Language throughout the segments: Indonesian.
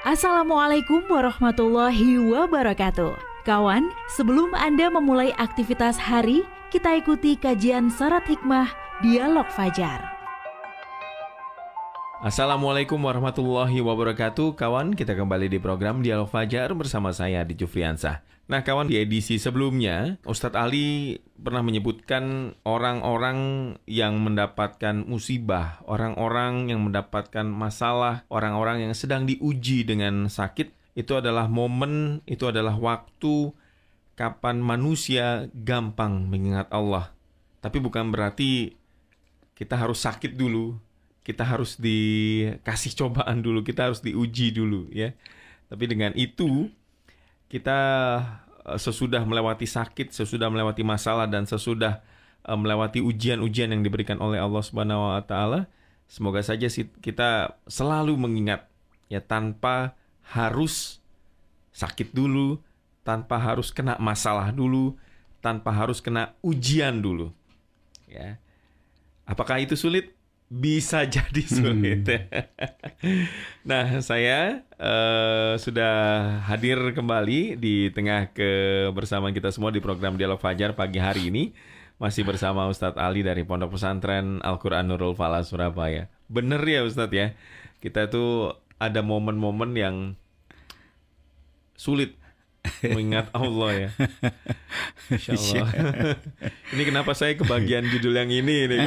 Assalamualaikum warahmatullahi wabarakatuh. Kawan, sebelum Anda memulai aktivitas hari, kita ikuti kajian syarat hikmah Dialog Fajar. Assalamualaikum warahmatullahi wabarakatuh. Kawan, kita kembali di program Dialog Fajar bersama saya Adi Jufriansah. Nah kawan, di edisi sebelumnya Ustadz Ali pernah menyebutkan orang-orang yang mendapatkan musibah, orang-orang yang mendapatkan masalah, orang-orang yang sedang diuji dengan sakit. Itu adalah momen, itu adalah waktu kapan manusia gampang mengingat Allah. Tapi bukan berarti kita harus sakit dulu, kita harus dikasih cobaan dulu, kita harus diuji dulu ya. Tapi dengan itu kita sesudah melewati sakit, sesudah melewati masalah, dan sesudah melewati ujian-ujian yang diberikan oleh Allah Subhanahu wa Ta'ala, semoga saja kita selalu mengingat ya, tanpa harus sakit dulu, tanpa harus kena masalah dulu, tanpa harus kena ujian dulu ya. Apakah itu sulit? Bisa jadi sulit. Nah, saya sudah hadir kembali di tengah kebersamaan kita semua di program Dialog Fajar pagi hari ini. Masih bersama Ustadz Ali dari Pondok Pesantren Al-Quran Nurul Falah Surabaya. Bener ya Ustadz ya, kita tuh ada momen-momen yang sulit mengingat Allah ya. Insya Allah. Ini kenapa saya kebagian judul yang ini nih?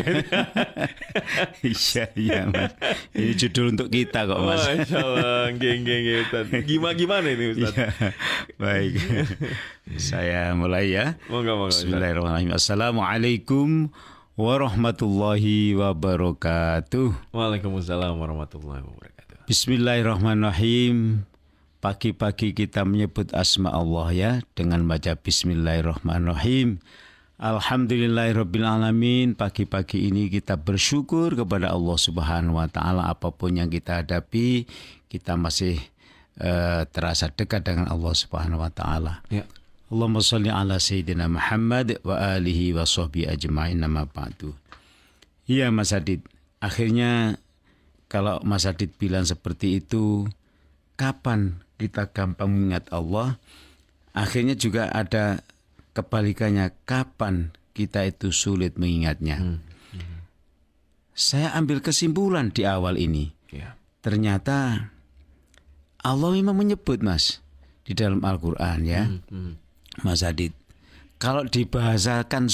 Iya Mas. Ini judul untuk kita kok Mas. Oh, Insya Allah, geng Ustaz. Gimana ini Ustaz? Ya, baik. Saya mulai ya. Moga. Bismillahirrahmanirrahim. Assalamualaikum warahmatullahi wabarakatuh. Waalaikumsalam warahmatullahi wabarakatuh. Bismillahirrahmanirrahim. Pagi-pagi kita menyebut asma Allah ya, dengan baca Bismillahirrahmanirrahim. Alhamdulillahirrabbilalamin. Pagi-pagi ini kita bersyukur kepada Allah Subhanahu wa Ta'ala. Apapun yang kita hadapi, kita masih terasa dekat dengan Allah Subhanahu wa Ta'ala ya. Allahumma sholli ala Sayyidina Muhammad wa alihi wa sahbihi ajma'in, nama ba'du. Iya Mas Adit, akhirnya kalau Mas Adit bilang seperti itu, kapan kita gampang mengingat Allah? Akhirnya juga ada kebalikannya, kapan kita itu sulit mengingatnya. Saya ambil kesimpulan di awal ini. Ternyata Allah memang menyebut Mas di dalam Al-Quran ya. Mas Adit, kalau dibahasakan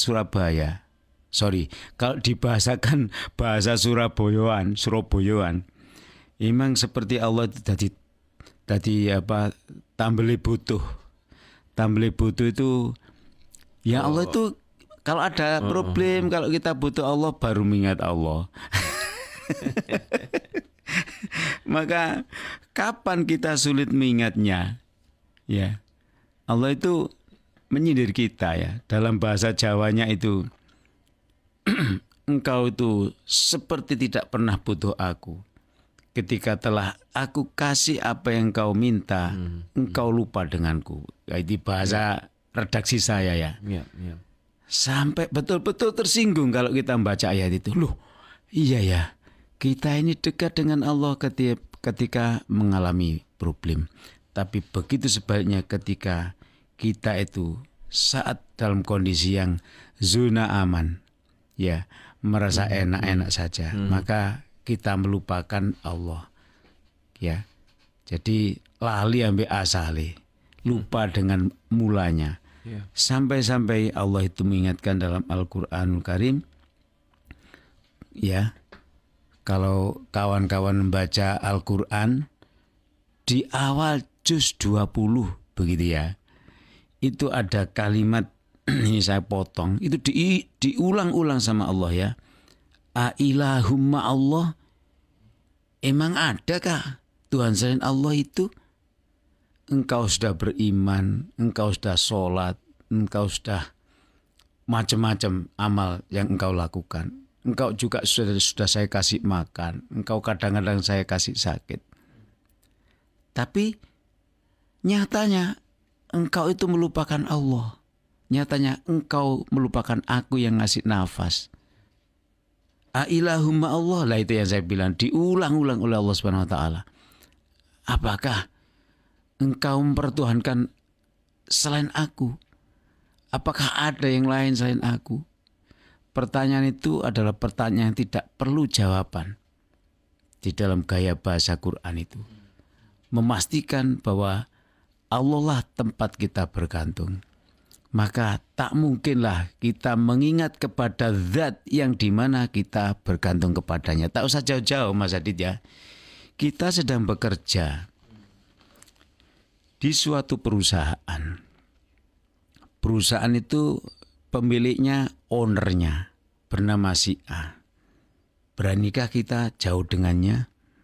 kalau dibahasakan bahasa Surabayaan, memang seperti Allah itu tadi tambeli butuh itu ya. Allah itu kalau ada problem, kalau kita butuh Allah baru mengingat Allah. Maka kapan kita sulit mengingatnya ya? Allah itu menyindir kita ya. Dalam bahasa Jawanya itu engkau itu seperti tidak pernah butuh aku. Ketika telah aku kasih apa yang kau minta, engkau lupa denganku. Itu bahasa redaksi saya ya. Sampai betul-betul tersinggung kalau kita membaca ayat itu. Loh, iya ya, kita ini dekat dengan Allah ketika mengalami problem. Tapi begitu sebaliknya ketika kita itu saat dalam kondisi yang zona aman, ya, merasa enak-enak saja, maka kita melupakan Allah ya. Jadi lali ambek asale, lupa dengan mulanya. Sampai-sampai Allah itu mengingatkan dalam Al-Qur'anul Karim ya. Kalau kawan-kawan membaca Al-Qur'an di awal juz 20 begitu ya, itu ada kalimat ini saya potong, itu diulang-ulang sama Allah ya. Ailahumma Allah, emang adakah Tuhan selain Allah itu? Engkau sudah beriman, engkau sudah sholat, engkau sudah macam-macam amal yang engkau lakukan. Engkau juga sudah saya kasih makan, engkau kadang-kadang saya kasih sakit. Tapi nyatanya engkau itu melupakan Allah. Nyatanya engkau melupakan aku yang ngasih nafas. Ailahumma Allah, lah itu yang saya bilang, diulang-ulang oleh Allah Subhanahu wa Ta'ala. apakah engkau mempertuhankan selain aku? Apakah ada yang lain selain aku? Pertanyaan itu adalah pertanyaan yang tidak perlu jawaban di dalam gaya bahasa Quran itu. Memastikan bahwa Allah lah tempat kita bergantung. Maka tak mungkinlah kita mengingat kepada zat yang dimana kita bergantung kepadanya. Tak usah jauh-jauh Mas Adit ya. Kita sedang bekerja di suatu perusahaan. Perusahaan itu pemiliknya, ownernya bernama si A. Beranikah kita jauh dengannya?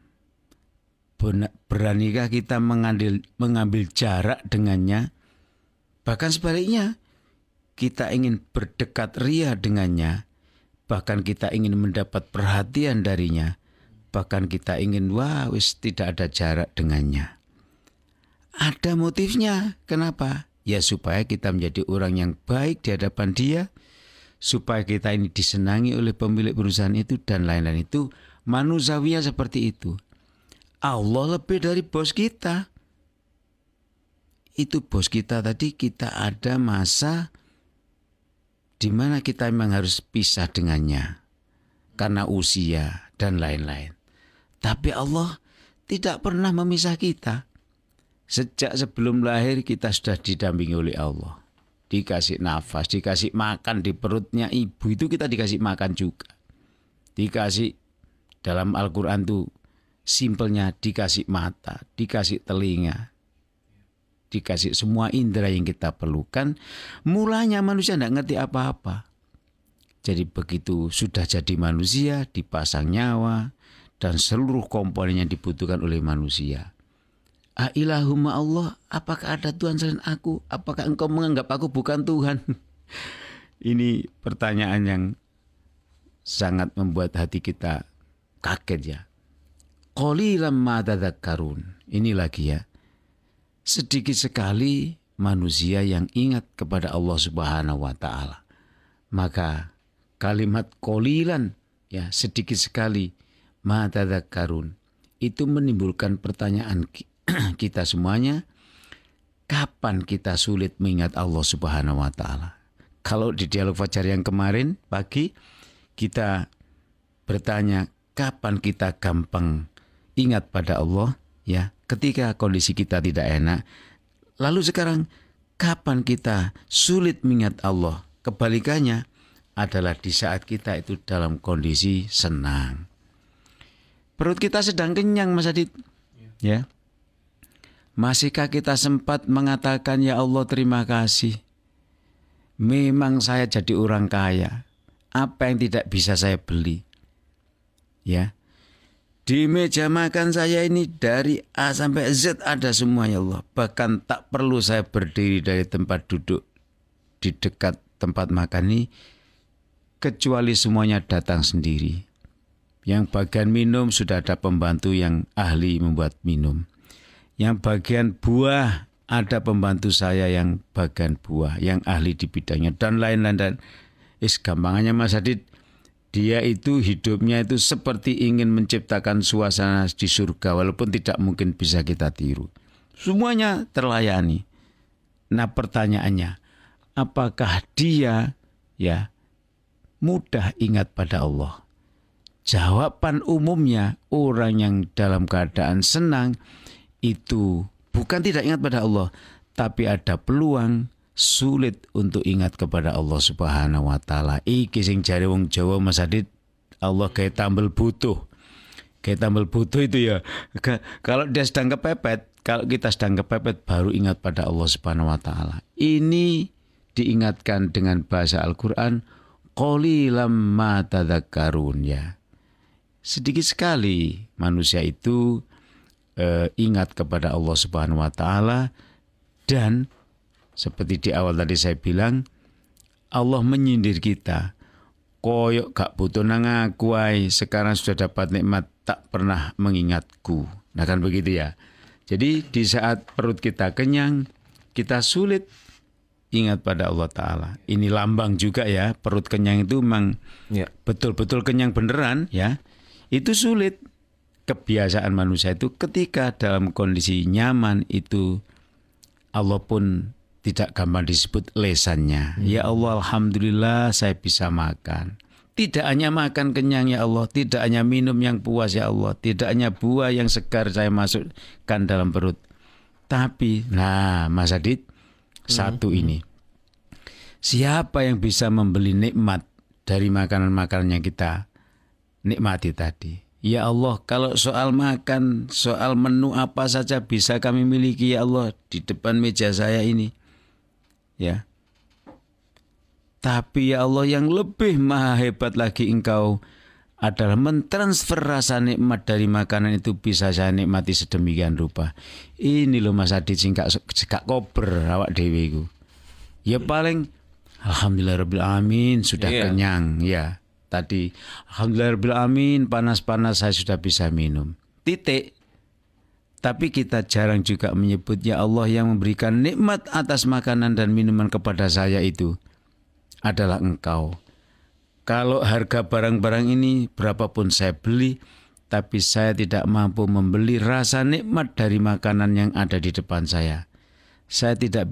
Beranikah kita mengambil jarak dengannya? Bahkan sebaliknya, kita ingin berdekat ria dengannya. Bahkan kita ingin mendapat perhatian darinya. Bahkan kita ingin, tidak ada jarak dengannya. Ada motifnya. Kenapa? Ya supaya kita menjadi orang yang baik di hadapan dia. Supaya kita ini disenangi oleh pemilik perusahaan itu dan lain-lain itu. Manusiawinya seperti itu. Allah lebih dari bos kita. Itu bos kita tadi, kita ada masa di mana kita memang harus pisah dengannya karena usia dan lain-lain. Tapi Allah tidak pernah memisah kita. Sejak sebelum lahir kita sudah didampingi oleh Allah. Dikasih nafas, dikasih makan di perutnya ibu itu kita dikasih makan juga. Dikasih dalam Al-Quran itu simpelnya dikasih mata, dikasih telinga. Dikasih semua indera yang kita perlukan. Mulanya manusia tidak ngerti apa-apa. Jadi begitu sudah jadi manusia, dipasang nyawa, dan seluruh komponen yang dibutuhkan oleh manusia. Ailahumma Allah, apakah ada Tuhan selain aku? Apakah engkau menganggap aku bukan Tuhan? Ini pertanyaan yang sangat membuat hati kita kaget ya. Qalilan ma tadhakkarun. Ini lagi ya. Sedikit sekali manusia yang ingat kepada Allah Subhanahu wa taala. Maka kalimat qalilan ya, sedikit sekali ma tadhakkarun itu menimbulkan pertanyaan kita semuanya, kapan kita sulit mengingat Allah Subhanahu wa taala? Kalau di dialog fajar yang kemarin pagi kita bertanya kapan kita gampang ingat pada Allah ya, ketika kondisi kita tidak enak. Lalu sekarang kapan kita sulit mengingat Allah? Kebalikannya adalah di saat kita itu dalam kondisi senang. Perut kita sedang kenyang Mas Adit. Ya. Masihkah kita sempat mengatakan ya Allah terima kasih. Memang saya jadi orang kaya. Apa yang tidak bisa saya beli? Ya. Di meja makan saya ini dari A sampai Z ada semua ya Allah. Bahkan tak perlu saya berdiri dari tempat duduk di dekat tempat makan ini. Kecuali semuanya datang sendiri. Yang bagian minum sudah ada pembantu yang ahli membuat minum. Yang bagian buah ada pembantu saya yang bagian buah. Yang ahli di bidangnya dan lain-lain. Dan gampangannya Mas Adit. Dia itu hidupnya itu seperti ingin menciptakan suasana di surga walaupun tidak mungkin bisa kita tiru. Semuanya terlayani. Nah pertanyaannya, apakah dia ya mudah ingat pada Allah? Jawaban umumnya orang yang dalam keadaan senang itu bukan tidak ingat pada Allah, tapi ada peluang sulit untuk ingat kepada Allah Subhanahu wa taala. Iki sing jare wong Jawa Mas Adit, Allah kayak tambel butuh. Kayak tambel butuh itu ya. Kalau dia sedang kepepet, kalau kita sedang kepepet baru ingat pada Allah Subhanahu wa taala. Ini diingatkan dengan bahasa Al-Qur'an, qalilam ma tadhakkarun ya. Sedikit sekali manusia itu ingat kepada Allah Subhanahu wa taala. Dan seperti di awal tadi saya bilang, Allah menyindir kita. Koyok gak butuh nang aku ay, sekarang sudah dapat nikmat tak pernah mengingatku. Nah kan begitu ya. Jadi di saat perut kita kenyang, kita sulit ingat pada Allah Ta'ala. Ini lambang juga ya, perut kenyang itu memang betul-betul kenyang beneran ya. Itu sulit. kebiasaan manusia itu ketika dalam kondisi nyaman itu Allah pun tidak gampang disebut lesannya. Ya Allah, alhamdulillah saya bisa makan. Tidak hanya makan kenyang ya Allah, tidak hanya minum yang puas ya Allah, tidak hanya buah yang segar saya masukkan dalam perut. Tapi, nah Mas Adit, satu ini. Siapa yang bisa membeli nikmat dari makanan-makanan yang kita nikmati tadi? Ya Allah, kalau soal makan, soal menu apa saja bisa kami miliki ya Allah di depan meja saya ini. Ya. Tapi ya Allah, yang lebih maha hebat lagi Engkau adalah mentransfer rasa nikmat dari makanan itu bisa saya nikmati sedemikian rupa. Ini loh Mas Adit sing gak kober awak dhewe iku. Ya paling alhamdulillahirabbil alamin sudah kenyang ya. Tadi alhamdulillahirabbil alamin panas-panas saya sudah bisa minum. Titik. Tapi kita jarang juga menyebut ya Allah yang memberikan nikmat atas makanan dan minuman kepada saya itu adalah Engkau. Kalau harga barang-barang ini berapapun saya beli, tapi saya tidak mampu membeli rasa nikmat dari makanan yang ada di depan saya. Saya tidak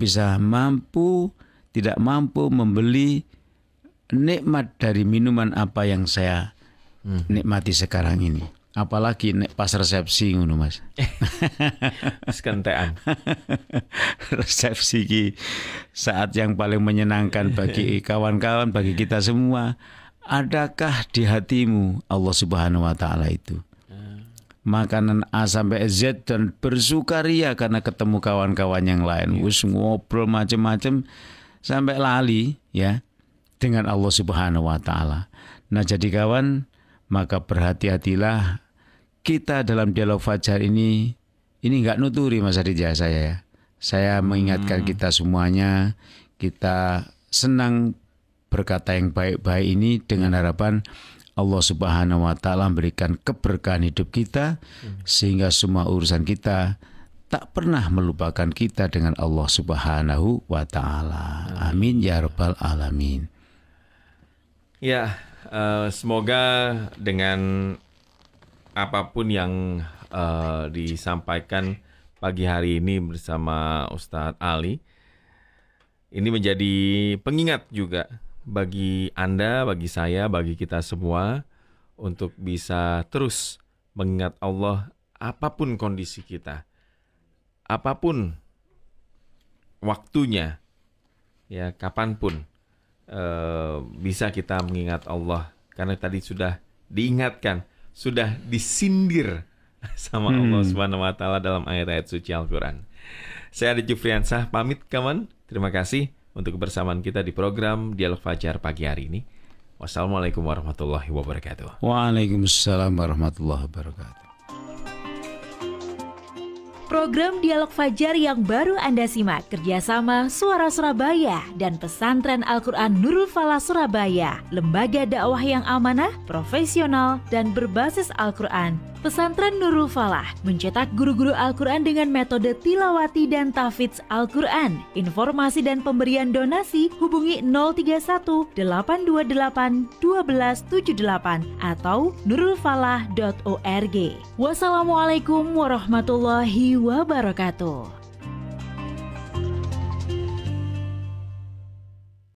mampu membeli nikmat dari minuman apa yang saya nikmati sekarang ini. Apalagi pas resepsi ngono Mas. Sekentean. Resepsi ki saat yang paling menyenangkan bagi kawan-kawan, bagi kita semua. Adakah di hatimu Allah Subhanahu wa taala itu? Makanan A sampai Z dan bersukaria karena ketemu kawan-kawan yang lain. Wis ngobrol macam-macam sampai lali ya dengan Allah Subhanahu wa taala. Nah, jadi kawan, maka berhati-hatilah kita dalam dialog fajar ini enggak nuturi Mas Adit ya saya ya. Saya mengingatkan kita semuanya, kita senang berkata yang baik-baik ini dengan harapan Allah Subhanahu wa taala memberikan keberkahan hidup kita sehingga semua urusan kita tak pernah melupakan kita dengan Allah Subhanahu wa taala. Amin ya rabbal alamin. Ya, semoga dengan apapun yang disampaikan pagi hari ini bersama Ustadz Ali, ini menjadi pengingat juga bagi Anda, bagi saya, bagi kita semua untuk bisa terus mengingat Allah apapun kondisi kita, apapun waktunya, ya kapanpun bisa kita mengingat Allah karena tadi sudah diingatkan, sudah disindir sama Allah Subhanahu wa taala dalam ayat-ayat suci Al-Qur'an. Saya Adit Jufriansah pamit kawan. Terima kasih untuk kebersamaan kita di program Dialog Fajar pagi hari ini. Wassalamualaikum warahmatullahi wabarakatuh. Waalaikumsalam warahmatullahi wabarakatuh. Program Dialog Fajar yang baru Anda simak kerjasama Suara Surabaya dan Pesantren Al-Quran Nurul Falah Surabaya, lembaga dakwah yang amanah, profesional, dan berbasis Al-Quran. Pesantren Nurul Falah mencetak guru-guru Al-Quran dengan metode tilawati dan tahfidz Al-Quran. Informasi dan pemberian donasi hubungi 031 828 1278 atau nurulfalah.org. Wassalamualaikum warahmatullahi wabarakatuh.